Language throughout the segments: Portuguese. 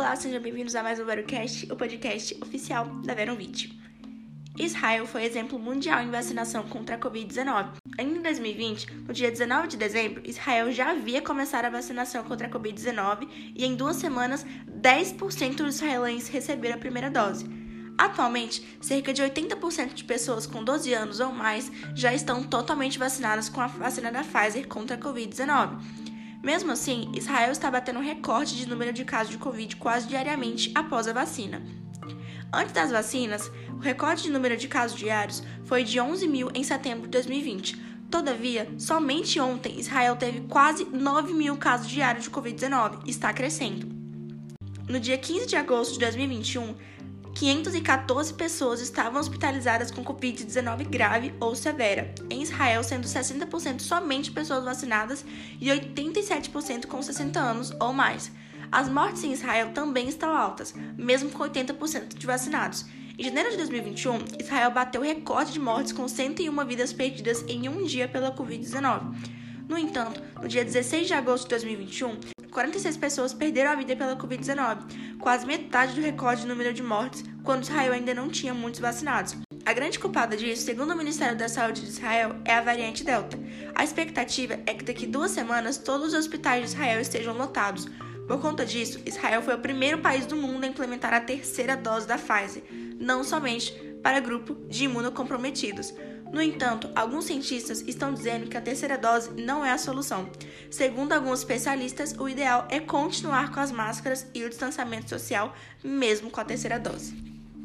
Olá, sejam bem-vindos a mais um VeroCast, o podcast oficial da Verovit. Israel foi exemplo mundial em vacinação contra a Covid-19. Ainda em 2020, no dia 19 de dezembro, Israel já havia começado a vacinação contra a Covid-19 e em 2 semanas, 10% dos israelenses receberam a primeira dose. Atualmente, cerca de 80% de pessoas com 12 anos ou mais já estão totalmente vacinadas com a vacina da Pfizer contra a Covid-19. Mesmo assim, Israel está batendo um recorde de número de casos de Covid quase diariamente após a vacina. Antes das vacinas, o recorde de número de casos diários foi de 11 mil em setembro de 2020. Todavia, somente ontem, Israel teve quase 9 mil casos diários de Covid-19 e está crescendo. No dia 15 de agosto de 2021, 514 pessoas estavam hospitalizadas com Covid-19 grave ou severa, em Israel sendo 60% somente pessoas vacinadas e 87% com 60 anos ou mais. As mortes em Israel também estão altas, mesmo com 80% de vacinados. Em janeiro de 2021, Israel bateu o recorde de mortes com 101 vidas perdidas em um dia pela Covid-19. No entanto, no dia 16 de agosto de 2021, 46 pessoas perderam a vida pela Covid-19, quase metade do recorde de número de mortes, quando Israel ainda não tinha muitos vacinados. A grande culpada disso, segundo o Ministério da Saúde de Israel, é a variante Delta. A expectativa é que daqui 2 semanas todos os hospitais de Israel estejam lotados. Por conta disso, Israel foi o primeiro país do mundo a implementar a 3ª dose da Pfizer, não somente para grupo de imunocomprometidos. No entanto, alguns cientistas estão dizendo que a 3ª dose não é a solução. Segundo alguns especialistas, o ideal é continuar com as máscaras e o distanciamento social, mesmo com a 3ª dose.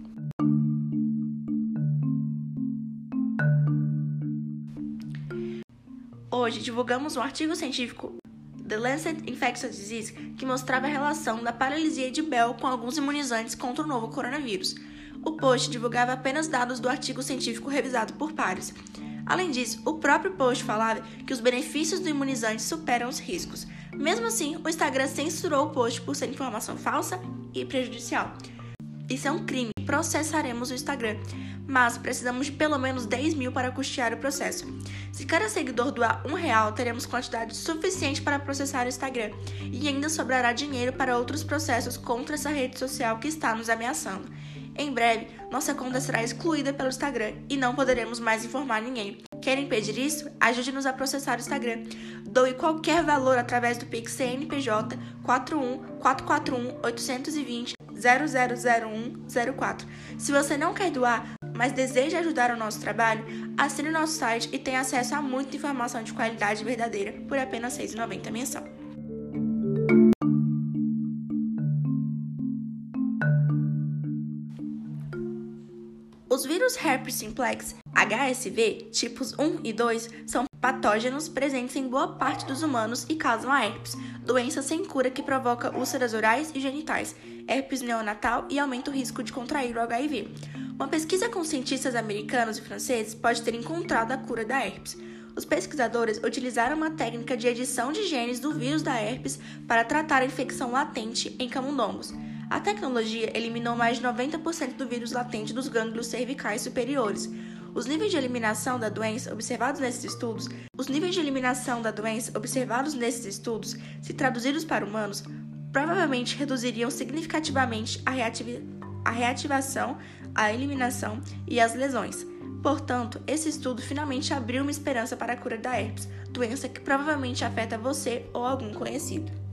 Hoje divulgamos um artigo científico The Lancet Infectious Disease que mostrava a relação da paralisia de Bell com alguns imunizantes contra o novo coronavírus. O post divulgava apenas dados do artigo científico revisado por pares. Além disso, o próprio post falava que os benefícios do imunizante superam os riscos. Mesmo assim, o Instagram censurou o post por ser informação falsa e prejudicial. Isso é um crime, processaremos o Instagram, mas precisamos de pelo menos 10 mil para custear o processo. Se cada seguidor doar R$1, teremos quantidade suficiente para processar o Instagram e ainda sobrará dinheiro para outros processos contra essa rede social que está nos ameaçando. Em breve, nossa conta será excluída pelo Instagram e não poderemos mais informar ninguém. Quer impedir isso? Ajude-nos a processar o Instagram. Doe qualquer valor através do Pix CNPJ 41-441-820-000104. Se você não quer doar, mas deseja ajudar o nosso trabalho, assine o nosso site e tenha acesso a muita informação de qualidade verdadeira por apenas R$ 6,90 mensal. Os vírus herpes simplex, HSV, tipos 1 e 2, são patógenos presentes em boa parte dos humanos e causam a herpes, doença sem cura que provoca úlceras orais e genitais, herpes neonatal e aumenta o risco de contrair o HIV. Uma pesquisa com cientistas americanos e franceses pode ter encontrado a cura da herpes. Os pesquisadores utilizaram uma técnica de edição de genes do vírus da herpes para tratar a infecção latente em camundongos. A tecnologia eliminou mais de 90% do vírus latente dos gânglios cervicais superiores. Os níveis de eliminação da doença observados nesses estudos, se traduzidos para humanos, provavelmente reduziriam significativamente a reativação, a eliminação e as lesões. Portanto, esse estudo finalmente abriu uma esperança para a cura da herpes, doença que provavelmente afeta você ou algum conhecido.